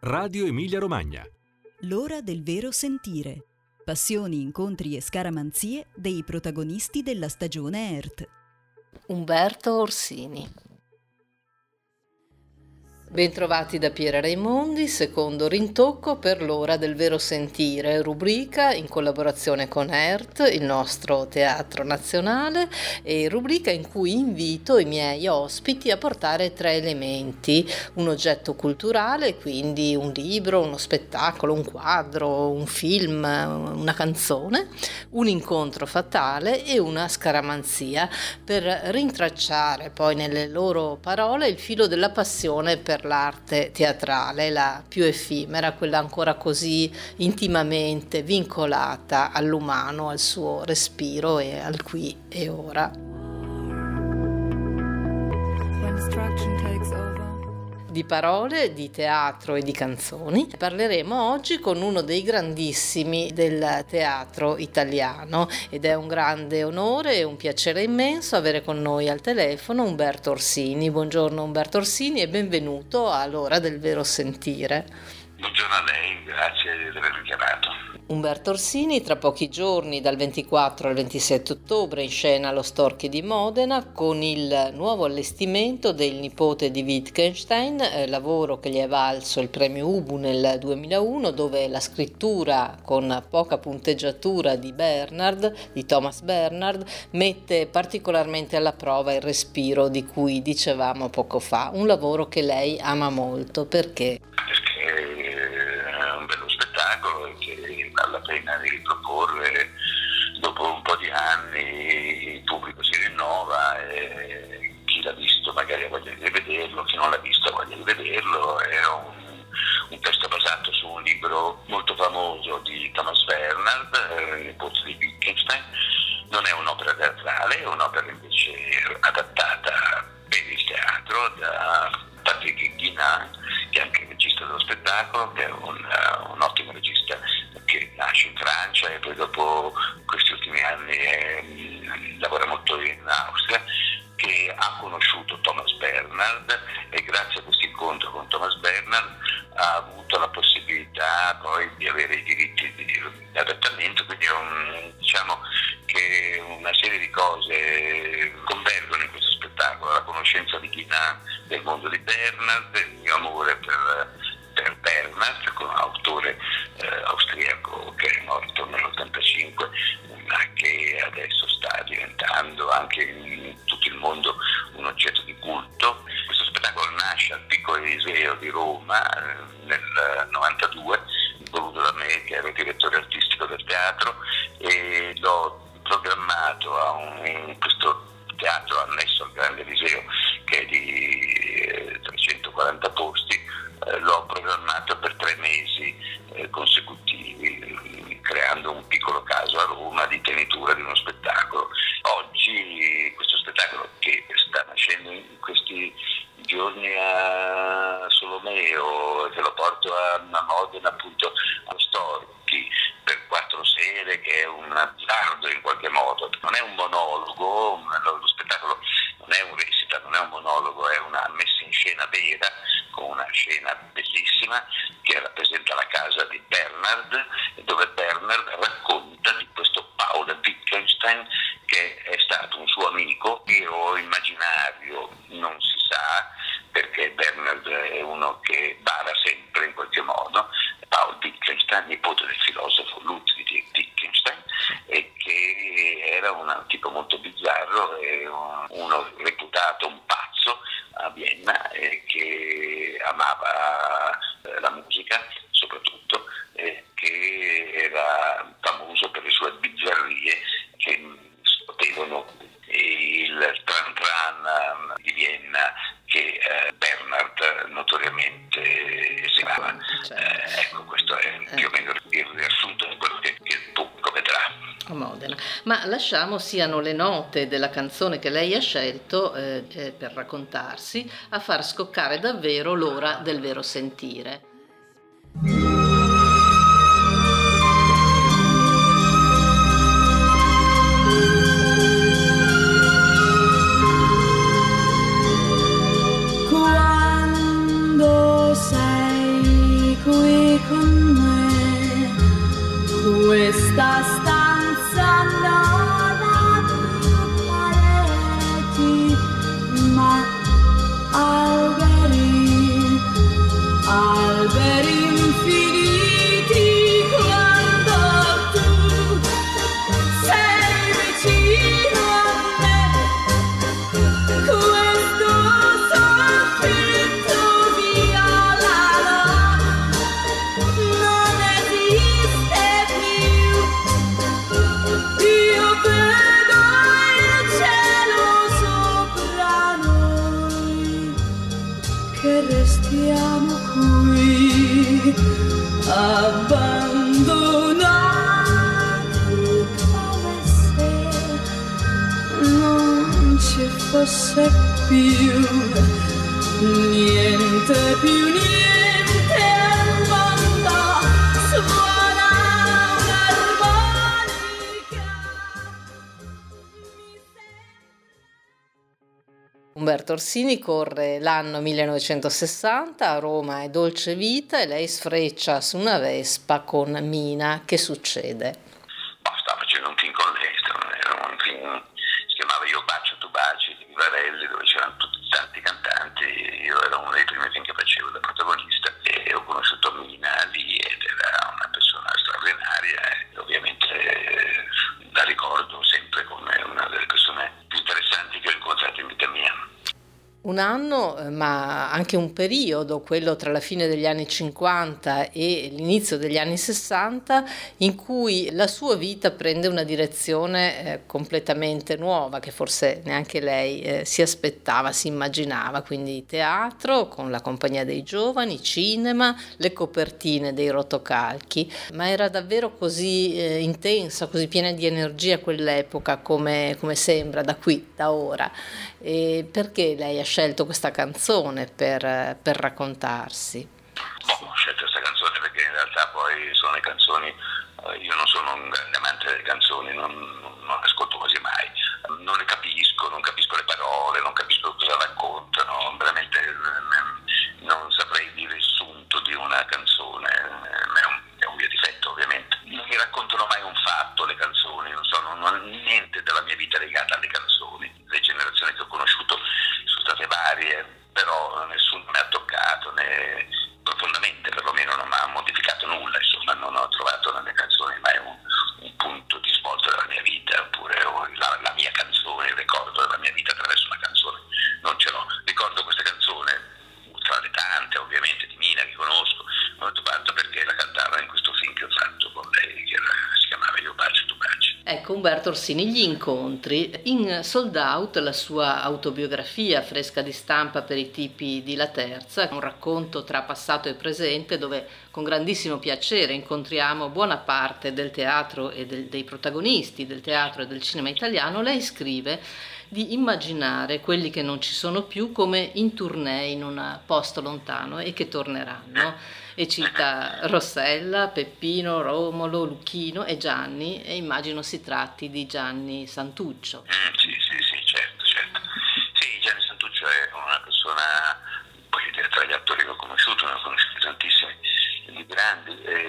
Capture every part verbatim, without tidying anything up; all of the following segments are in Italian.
Radio Emilia Romagna. L'ora del vero sentire. Passioni, incontri e scaramanzie dei protagonisti della stagione E R T. Umberto Orsini. Bentrovati da Piera Raimondi, secondo rintocco per l'ora del vero sentire, rubrica in collaborazione con E R T, il nostro teatro nazionale, e rubrica in cui invito i miei ospiti a portare tre elementi: un oggetto culturale, quindi un libro, uno spettacolo, un quadro, un film, una canzone, un incontro fatale e una scaramanzia, per rintracciare poi nelle loro parole il filo della passione per l'arte teatrale, la più effimera, quella ancora così intimamente vincolata all'umano, al suo respiro e al qui e ora. Di parole, di teatro e di canzoni parleremo oggi con uno dei grandissimi del teatro italiano, ed è un grande onore e un piacere immenso avere con noi al telefono Umberto Orsini. Buongiorno Umberto Orsini e benvenuto all'ora del vero sentire. Buongiorno a lei, grazie di avermi chiamato. Umberto Orsini tra pochi giorni, dal ventiquattro al ventisette ottobre, in scena allo Storchi di Modena con il nuovo allestimento del nipote di Wittgenstein, eh, lavoro che gli è valso il premio Ubu nel duemilauno, dove la scrittura con poca punteggiatura di Bernard, di Thomas Bernard, mette particolarmente alla prova il respiro di cui dicevamo poco fa. Un lavoro che lei ama molto, perché? Vale la pena di riproporre. Dopo un po' di anni il pubblico si rinnova e chi l'ha visto magari ha voglia di rivederlo, chi non l'ha visto ha voglia di vederlo. È un, un testo basato su un libro molto famoso di Thomas Bernard, eh, nipote di Wittgenstein. Non è un'opera teatrale, è un'opera invece adattata per il teatro da Patrick Guinan, che è anche il regista dello spettacolo, che è un, uh, un ottimo regista che nasce in Francia e poi dopo questi ultimi anni eh, lavora molto in Austria, che ha conosciuto Thomas Bernard e grazie a questo incontro con Thomas Bernard ha avuto la possibilità poi di avere i diritti di, di adattamento, quindi è un, diciamo che una serie di cose convergono in questo spettacolo: la conoscenza di Guinan del mondo di Bernard, il mio amore per, per Bernard, con un autore eh, austriaco che è morto nell'ottantacinque, ma che adesso sta diventando anche in tutto il mondo un oggetto di culto. Questo spettacolo nasce al Piccolo Eliseo di Roma eh, nel novantadue, voluto da me che ero direttore artistico del teatro, e l'ho programmato a un, in questo teatro annesso al Grande Eliseo, che è di eh, trecentoquaranta posti. Eh, l'ho programmato per tre mesi eh, consecutivi, creando un piccolo caso a Roma di tenitura di uno spettacolo. Oggi questo spettacolo, che sta nascendo in questi giorni a Solomeo, che lo porto a Modena, appunto allo Storchi, per quattro sere, che è un azzardo in qualche modo. Non è un monologo, lo spettacolo non è un recita, non è un monologo, è una messa in scena vera, con una scena bellissima che rappresenta la casa di Bernard, dove Bernard racconta di questo Paul Wittgenstein, che è stato un suo amico, io immaginario, non si sa, perché Bernard è uno che bara sempre in qualche modo. Paul Wittgenstein, nipote del filosofo Ludwig Wittgenstein, e che era un tipo molto bizzarro, e uno reputato un pazzo a Vienna, e che amava la musica soprattutto, e che era famoso per le sue bizzarrie che potevano il tran tran di Vienna, che eh, Bernard notoriamente eseguava. Eh, ecco, questo è più o meno il riassunto di quello che, che il pubblico vedrà a Modena. Ma lasciamo siano le note della canzone che lei ha scelto eh, eh, per raccontarsi a far scoccare davvero l'ora del vero sentire. Quando sei restiamo qui abbandonati come se non ci fosse più niente, più niente al mondo. Suona un'armonica. Umberto Orsini corre l'anno millenovecentosessanta, a Roma è Dolce Vita e lei sfreccia su una Vespa con Mina. Che succede? Oh, stavo facendo un film con lei, era un film, si chiamava Io bacio tu baci di Vivarelli, dove c'erano tutti tanti cantanti. Io ero uno dei primi film che facevo da protagonista e ho conosciuto Mina lì ed era una persona straordinaria e ovviamente eh, la ricordo sempre come una delle persone più interessanti che ho incontrato in vita mia. Un anno, eh, ma anche un periodo, quello tra la fine degli anni cinquanta e l'inizio degli anni sessanta, in cui la sua vita prende una direzione eh, completamente nuova, che forse neanche lei eh, si aspettava, si immaginava. Quindi teatro con la Compagnia dei Giovani, cinema, le copertine dei rotocalchi. Ma era davvero così eh, intensa, così piena di energia quell'epoca, come, come sembra da qui, da ora. E perché lei ha scelto questa canzone per, per raccontarsi? Boh, ho scelto questa canzone perché in realtà poi sono le canzoni, eh, io non sono un grande amante delle canzoni, non, non le ascolto quasi mai, non le capisco, non capisco le parole, non capisco cosa raccontano, veramente eh, non saprei dire il sunto di una canzone, eh, è, un, è un mio difetto ovviamente. Non mi raccontano mai un fatto le canzoni, non so, non ho niente della mia vita legata alle canzoni. Le generazioni che ho conosciuto sono state varie, però nessuno mi ha toccato, né profondamente perlomeno non mi ha modificato nulla, insomma non ho trovato nelle canzoni mai un, un punto di svolta della mia vita, oppure la, la mia canzone, il ricordo della mia vita attraverso una canzone, non ce l'ho. Ricordo questa canzone, tra le tante ovviamente di Mina che conosco, molto tanto perché la cantava in questo film che ho fatto con lei, che era, si chiamava Io bacio tu baci. Ecco, Umberto Orsini, gli incontri. In Sold Out, la sua autobiografia fresca di stampa per i tipi di La Terza, un racconto tra passato e presente dove con grandissimo piacere incontriamo buona parte del teatro e del, dei protagonisti del teatro e del cinema italiano. Lei scrive di immaginare quelli che non ci sono più come in tournée in un posto lontano e che torneranno. E cita Rossella, Peppino, Romolo, Lucchino e Gianni, e immagino si tratti di Gianni Santuccio. Mm, sì, sì, sì, certo, certo. Sì, Gianni Santuccio è una persona, voglio dire, tra gli attori che ho conosciuto, ne ho conosciuti tantissimi di grandi e,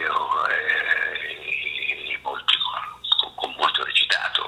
e, e molti con, con molto recitato.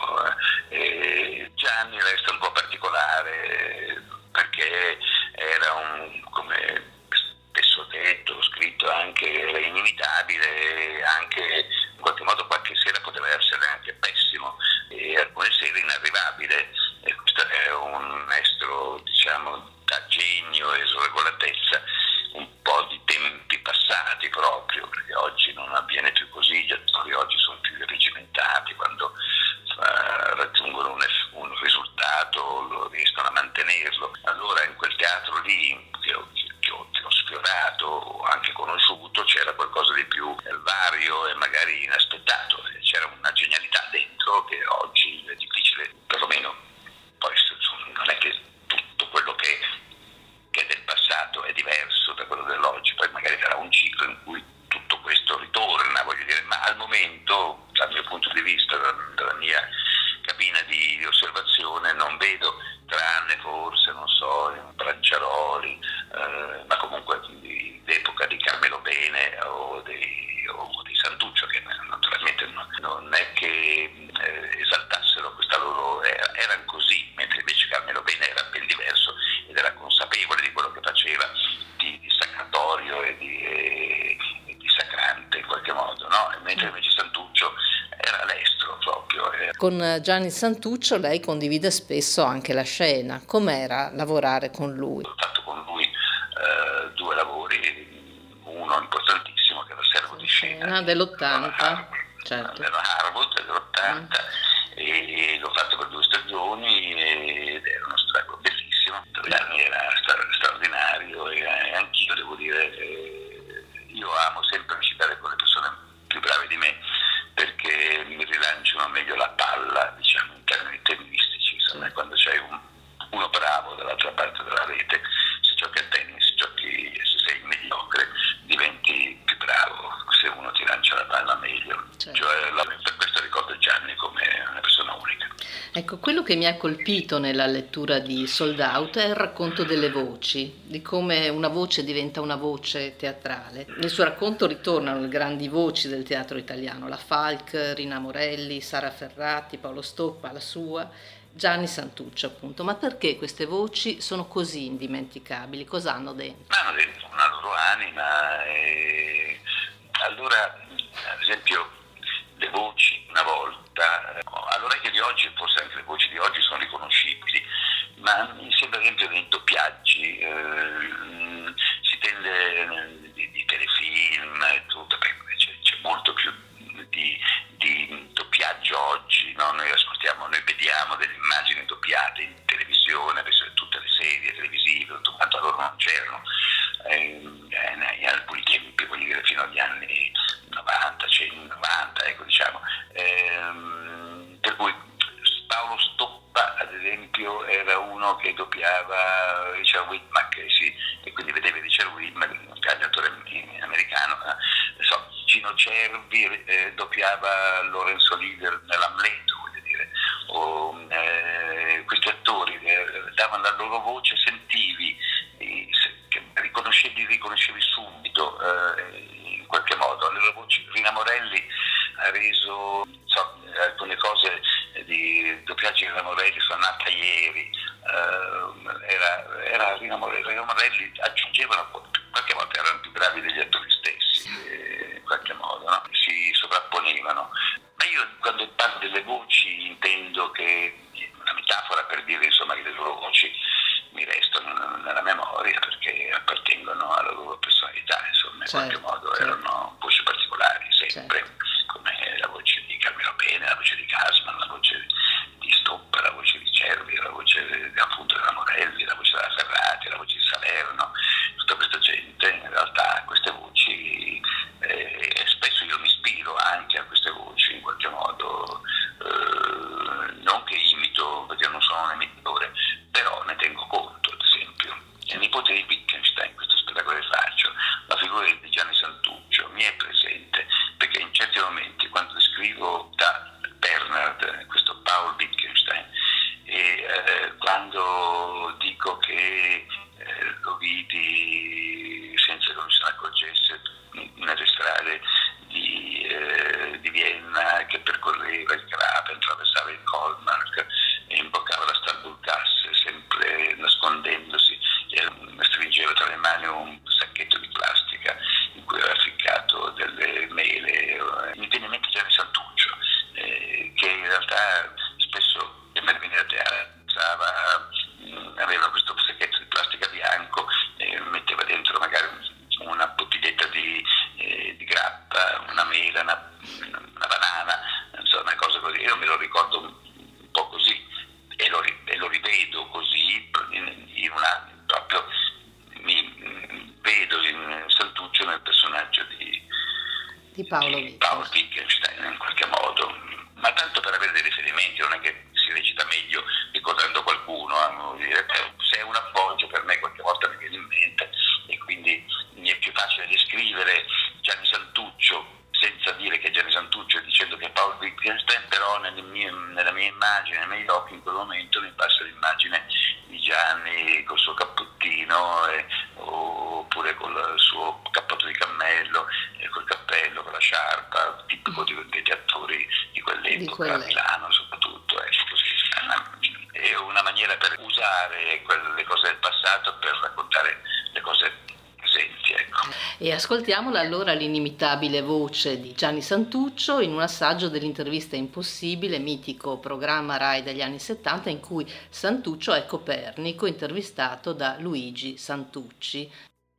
E Gianni resta un po' particolare perché era un, come spesso detto, scritto anche, era inimitabile, anche in qualche modo qualche sera poteva essere anche pessimo e alcune sere inarrivabile, e questo è un estro, diciamo, da genio e sregolatezza un po' di tempi passati proprio, perché oggi non avviene più così, gli attori oggi sono più irregimentati, quando uh, raggiungono un, un risultato lo riescono a mantenerlo. Allora in quel teatro lì che ho, che ho, che ho sfiorato, ho anche conosciuto, c'era qualcosa di più vario e magari inaspettato, c'era una genialità dentro che oggi è difficile, perlomeno poi non è che tutto quello che, che è del passato è diverso da quello dell'oggi, poi magari sarà un ciclo in cui tutto questo ritorna, voglio dire, ma al momento, dal mio punto di vista, dalla mia cabina di, di osservazione, non vedo, tranne forse, non so, in Branciaroli, eh, ma comunque di, d'epoca di Carmelo Bene o dei, o dei Santuccio, che naturalmente non, non è che eh, esaltassero questa loro, era, erano così, mentre invece Carmelo Bene era ben diverso ed era consapevole di quello che faceva, di, di sacratorio e di, e, e di sacrante in qualche modo, no? E mentre invece Santuccio era l'estro proprio. Eh. Con Gianni Santuccio lei condivide spesso anche la scena. Com'era lavorare con lui? Ho fatto con lui eh, due lavori, uno importantissimo che era Servo di scena dell'ottanta, certo. Era Harwood dell'ottanta mm. e l'ho fatto per due stagioni ed era uno spettacolo bellissimo. Gianni era straordinario e anche certo. Cioè, la, per questo ricordo Gianni come una persona unica. Ecco, quello che mi ha colpito nella lettura di Sold Out è il racconto delle voci, di come una voce diventa una voce teatrale. Nel suo racconto ritornano le grandi voci del teatro italiano, la Falck, Rina Morelli, Sara Ferrati, Paolo Stoppa, la sua, Gianni Santuccio appunto. Ma perché queste voci sono così indimenticabili? Cosa hanno dentro? Hanno dentro una loro anima e allora, ad esempio, le voci una volta, all'orecchio di oggi, forse anche le voci di oggi sono riconoscibili, ma mi sembra ad esempio nei doppiaggi eh, si tende di, di telefilm e tutto, perché c'è, c'è molto più di, di doppiaggio oggi, no? Noi ascoltiamo, noi vediamo delle immagini doppiate in televisione, tutte le serie televisive, tutto quanto, allora non c'erano, eh, in alcuni tempi, voglio dire fino agli anni novanta, novanta, ecco diciamo, ehm, per cui Paolo Stoppa ad esempio era uno che doppiava Richard Widmark, eh, sì, e quindi vedeva Richard Widmark, un grande attore americano, eh, so, Gino Cervi eh, doppiava Lorenzo Lider nell'Amleto, voglio dire, o eh, questi attori eh, davano la loro voce, sentivi, eh, che riconoscevi, riconoscevi subito eh, in qualche modo le loro voci. Rina Morelli ha reso so, alcune cose di doppiaggi di Rina Morelli sono nata ieri, eh, era, era Rina Morelli, Rina Morelli aggiungevano, qualche volta erano più bravi degli attori stessi, eh, in qualche modo, no? Si sovrapponevano. Ma io quando parlo delle voci intendo che una metafora per dire insomma che le loro voci mi restano nella memoria perché appartengono alla loro personalità, insomma, in certo, qualche modo certo. Erano voci particolari sempre, certo. Come la voce di Carmelo Bene, la voce di Gassman, la voce di Stoppa, la voce di Cervi, la voce appunto della Morelli, la voce della Ferrati, la voce di Salerno, tutta questa gente, in realtà queste voci, eh, e spesso io mi ispiro anche a queste voci in qualche modo, eh, non che imito, perché non sono un imitatore, però ne tengo conto, ad esempio. Il nipote di Wittgenstein, questo spettacolo che faccio, la figura di Gianni Santuccio mi è presente, perché in certi momenti, quando descrivo da Bernard, questo Paul Wittgenstein, e eh, quando dico che eh, lo vidi senza che lui se ne accorgesse nelle strade di, eh, di Vienna, che percorreva il Graben, attraversava il Kolmark e imboccava la Stadtburggasse, sempre nascondendosi, e stringeva tra le mani un sacchetto di plastica in cui aveva ficcato delle mele. Mi viene in mente Gianni Santuccio, eh, che in realtà spesso prima di venire a teatro aveva questo sacchetto di plastica bianco e metteva dentro magari una bottiglietta di, eh, di grappa, una mela, una, una banana, insomma cose così. Io me lo ricordo un po' così e lo, e lo rivedo così in, in una, proprio mi vedo in Santuccio nel personaggio di, di Paolo, di Paolo Wittgenstein in qualche modo, ma tanto per avere dei riferimenti, non è che si recita meglio ricordando qualcuno, eh, se è un appoggio per me qualche volta mi viene in mente e quindi mi è più facile descrivere Gianni Santuccio senza dire che è Gianni Santuccio dicendo che è Paolo Wittgenstein, però nelle mie, nella mia immagine, nei miei occhi in quel momento mi passa l'immagine di Gianni col suo cappottino eh, oppure col suo cappotto di cammello, eh, col cappello, con la sciarpa, tipico di, degli attori di quell'epoca, a Milano soprattutto. Eh, così. È una maniera per usare quelle cose del passato per raccontare le cose presenti, ecco. E ascoltiamola allora l'inimitabile voce di Gianni Santuccio in un assaggio dell'intervista Impossibile, mitico programma Rai degli anni settanta in cui Santuccio è Copernico, intervistato da Luigi Santucci.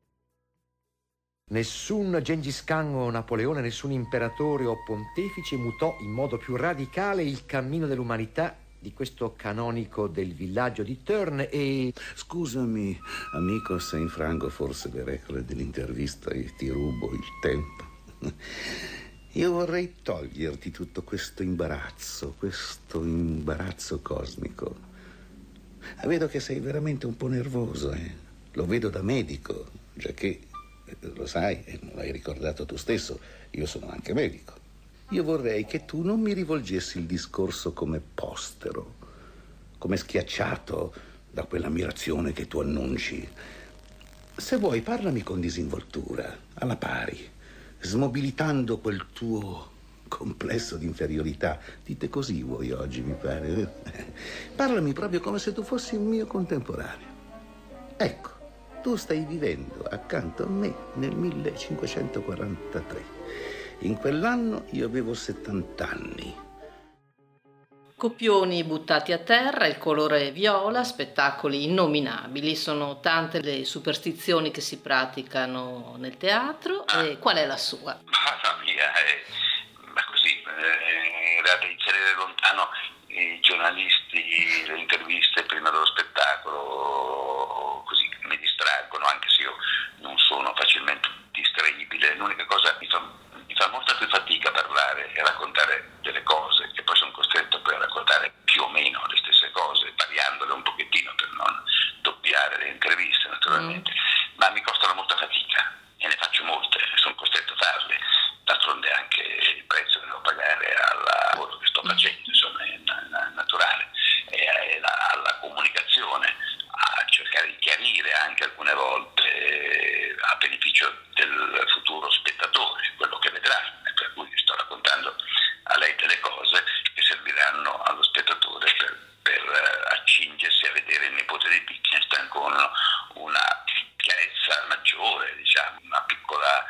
Nessun Gengis Khan o Napoleone, nessun imperatore o pontefice mutò in modo più radicale il cammino dell'umanità di questo canonico del villaggio di Thurn e... Scusami, amico, se infrango forse le regole dell'intervista e ti rubo il tempo. Io vorrei toglierti tutto questo imbarazzo, questo imbarazzo cosmico. Vedo che sei veramente un po' nervoso, eh? Lo vedo da medico, già che, lo sai, e non l'hai ricordato tu stesso, io sono anche medico. Io vorrei che tu non mi rivolgessi il discorso come postero, come schiacciato da quell'ammirazione che tu annunci. Se vuoi, parlami con disinvoltura, alla pari, smobilitando quel tuo complesso di inferiorità. Dite così voi oggi, mi pare. Parlami proprio come se tu fossi un mio contemporaneo. Ecco, tu stai vivendo accanto a me nel millecinquecentoquarantatré. In quell'anno io avevo settanta anni. Copioni buttati a terra, il colore viola, spettacoli innominabili, sono tante le superstizioni che si praticano nel teatro. Ah. E qual è la sua? Mamma mia, eh, ma così, eh, era da inserire lontano i giornalisti, le interviste prima dello spettacolo, così mi distraggono, anche se io non sono facilmente distraibile. L'unica cosa mi fa, mi fa molta più fatica a parlare e raccontare delle cose che poi sono costretto poi a raccontare più o meno le stesse cose, variandole un pochettino per non doppiare le interviste naturalmente, mm. ma mi costano molta fatica e ne faccio molte, sono costretto a farle. D'altronde anche il prezzo che devo pagare al lavoro che sto facendo, insomma, è naturale, e alla comunicazione, a cercare di chiarire anche alcune volte a beneficio del futuro spettatore quello che vedrà, per cui sto raccontando a lei delle cose che serviranno allo spettatore per, per accingersi a vedere il nipote di Wittgenstein con una chiarezza maggiore, diciamo, una piccola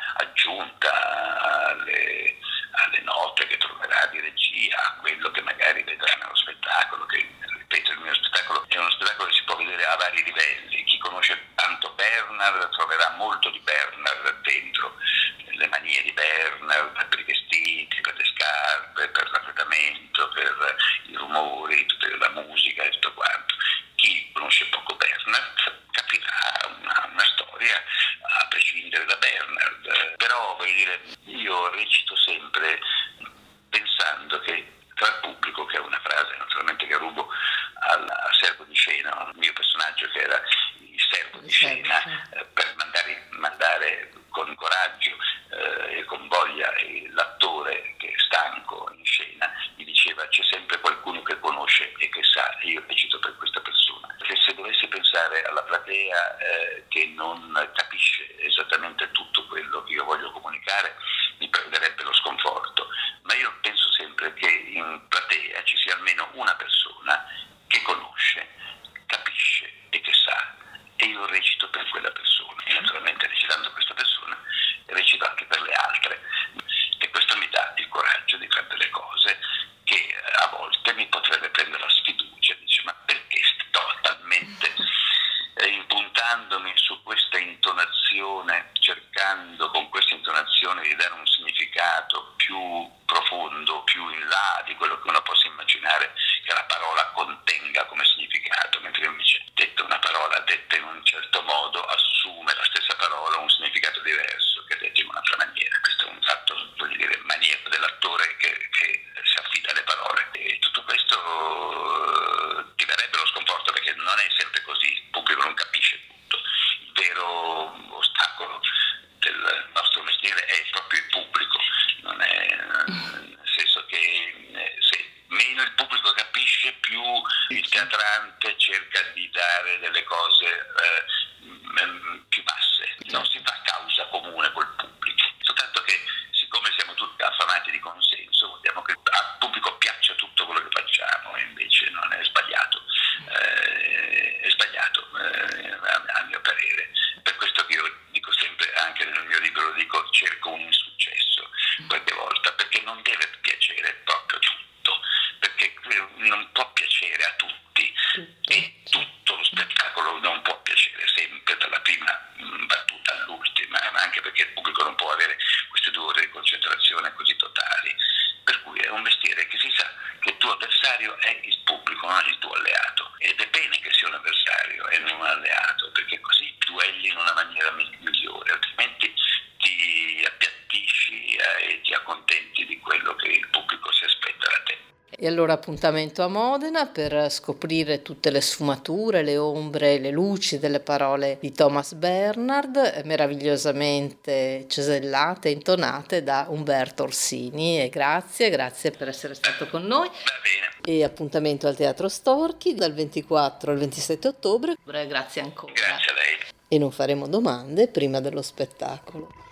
aggiunta alle, alle note che troverà di regia, a quello che magari vedrà nello spettacolo, che ripeto, il mio spettacolo è uno spettacolo che si può vedere a vari livelli. Chi conosce tanto Bernard troverà molto di Bernard dentro, le manie di Bernard per i vestiti, per le scarpe, per l'affrettamento, per i rumori, per la musica e tutto quanto. Chi conosce poco Bernard capirà una, una storia a prescindere da Bernard, però voglio dire, io recito sempre pensando che tra il pubblico, che è una frase naturalmente che rubo al, al servo di scena, il mio personaggio che era il servo di scena, eh, per mandare, mandare con coraggio eh, e con voglia l'attore che è stanco in scena, gli diceva: c'è sempre qualcuno che conosce e che sa, e io recito per questa persona. Perché se dovessi pensare alla platea eh, che non capisce esattamente tutto quello che io voglio comunicare, mi prenderebbe lo sconforto. Ma io penso sempre che in platea ci sia almeno una persona che conosce, capisce e che sa, e io recito per quella persona, e naturalmente recitando questa persona recito anche per le altre, e questo mi dà il coraggio di fare delle cose che a volte mi potrebbe prendere la sfiducia, dice: ma perché sto talmente eh, impuntandomi su questa intonazione, cercando con questa intonazione di dare un significato più profondo, più in là di quello che uno possa immaginare che la parola contenga come significato, mentre invece detta una parola detta in un certo modo assume la stessa parola un significato diverso che detta in un'altra maniera. Questo è un fatto, voglio dire, maniero dell'attore che, che si affida alle parole, e tutto questo ti verrebbe lo sconforto, perché non è sempre così, il pubblico non capisce tutto. Il vero ostacolo del nostro mestiere è proprio il pubblico, non è, nel senso che se meno il pubblico capisce, più il teatrante cerca di dare delle cose eh, più basse, non si fa causa comune col pubblico, soltanto che siccome siamo tutti affamati di consenso vogliamo che al pubblico piaccia tutto quello che facciamo, e invece non è sbagliato, eh, è sbagliato eh, a, a mio parere. Per questo che io dico sempre, anche nel mio libro lo dico, cerco un insuccesso qualche volta, perché non deve piacere proprio tutto, perché non può piacere a tutti, e tutto lo spettacolo non può piacere sempre dalla prima battuta all'ultima, ma anche perché il pubblico non può avere queste due ore di concentrazione così totali, per cui è un mestiere che si sa che il tuo avversario è il pubblico, non il tuo alleato, ed è bene che sia un avversario e non un alleato, perché così duelli in una maniera migliore, altrimenti ti appiattisci e ti accontenti di quello che il pubblico si aspetta da te. E allora appuntamento a Modena per scoprire tutte le sfumature, le ombre, le luci delle parole di Thomas Bernhard, meravigliosamente cesellate, intonate da Umberto Orsini. E grazie, grazie per essere stato con noi. Va bene. E appuntamento al Teatro Storchi dal ventiquattro al ventisette ottobre. Grazie ancora. Grazie a lei. E non faremo domande prima dello spettacolo.